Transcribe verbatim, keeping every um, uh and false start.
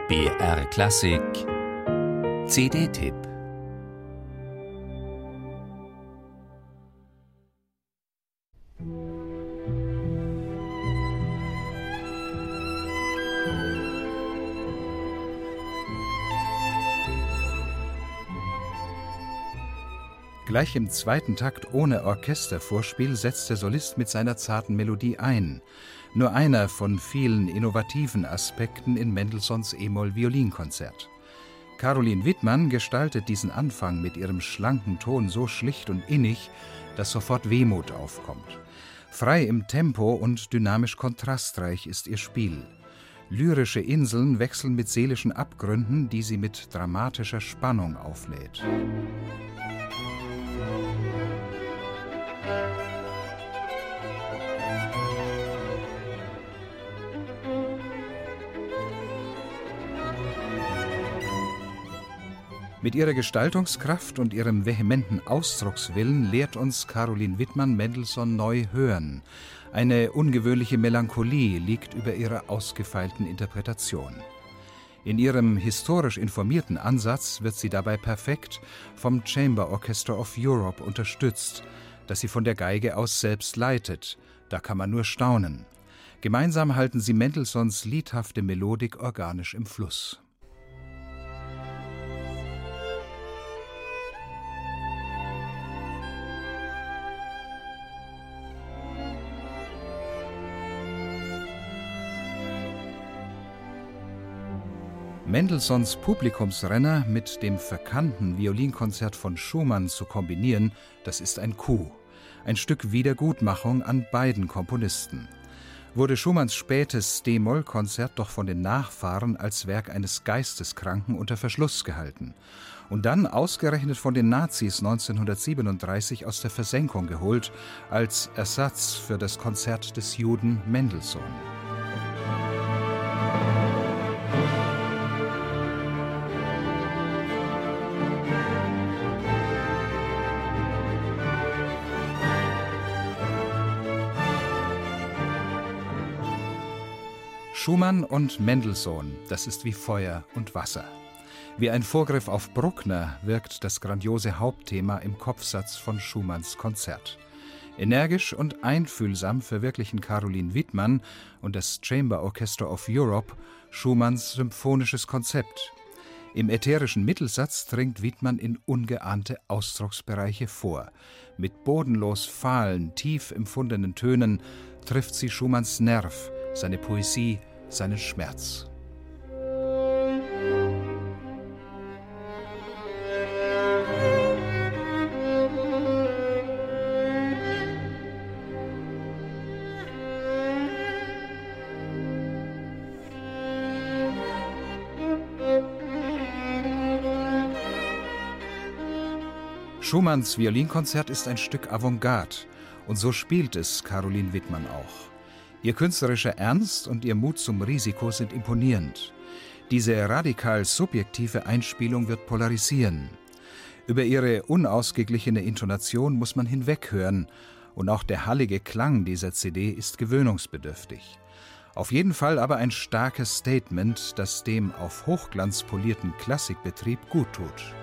B R Klassik C D-Tipp. Gleich im zweiten Takt ohne Orchestervorspiel setzt der Solist mit seiner zarten Melodie ein. Nur einer von vielen innovativen Aspekten in Mendelssohns E-Moll-Violinkonzert. Caroline Wittmann gestaltet diesen Anfang mit ihrem schlanken Ton so schlicht und innig, dass sofort Wehmut aufkommt. Frei im Tempo und dynamisch kontrastreich ist ihr Spiel. Lyrische Inseln wechseln mit seelischen Abgründen, die sie mit dramatischer Spannung auflädt. Mit ihrer Gestaltungskraft und ihrem vehementen Ausdruckswillen lehrt uns Caroline Wittmann Mendelssohn neu hören. Eine ungewöhnliche Melancholie liegt über ihrer ausgefeilten Interpretation. In ihrem historisch informierten Ansatz wird sie dabei perfekt vom Chamber Orchestra of Europe unterstützt, das sie von der Geige aus selbst leitet. Da kann man nur staunen. Gemeinsam halten sie Mendelssohns liedhafte Melodik organisch im Fluss. Mendelssohns Publikumsrenner mit dem verkannten Violinkonzert von Schumann zu kombinieren, das ist ein Coup. Ein Stück Wiedergutmachung an beiden Komponisten. Wurde Schumanns spätes D-Moll-Konzert doch von den Nachfahren als Werk eines Geisteskranken unter Verschluss gehalten und dann ausgerechnet von den Nazis neunzehnhundertsiebenunddreißig aus der Versenkung geholt, als Ersatz für das Konzert des Juden Mendelssohn. Schumann und Mendelssohn, das ist wie Feuer und Wasser. Wie ein Vorgriff auf Bruckner wirkt das grandiose Hauptthema im Kopfsatz von Schumanns Konzert. Energisch und einfühlsam verwirklichen Caroline Wittmann und das Chamber Orchestra of Europe Schumanns symphonisches Konzept. Im ätherischen Mittelsatz dringt Wittmann in ungeahnte Ausdrucksbereiche vor. Mit bodenlos fahlen, tief empfundenen Tönen trifft sie Schumanns Nerv, seine Poesie, seinen Schmerz. Schumanns Violinkonzert ist ein Stück Avantgarde und so spielt es Caroline Wittmann auch. Ihr künstlerischer Ernst und ihr Mut zum Risiko sind imponierend. Diese radikal subjektive Einspielung wird polarisieren. Über ihre unausgeglichene Intonation muss man hinweghören und auch der hallige Klang dieser C D ist gewöhnungsbedürftig. Auf jeden Fall aber ein starkes Statement, das dem auf Hochglanz polierten Klassikbetrieb guttut.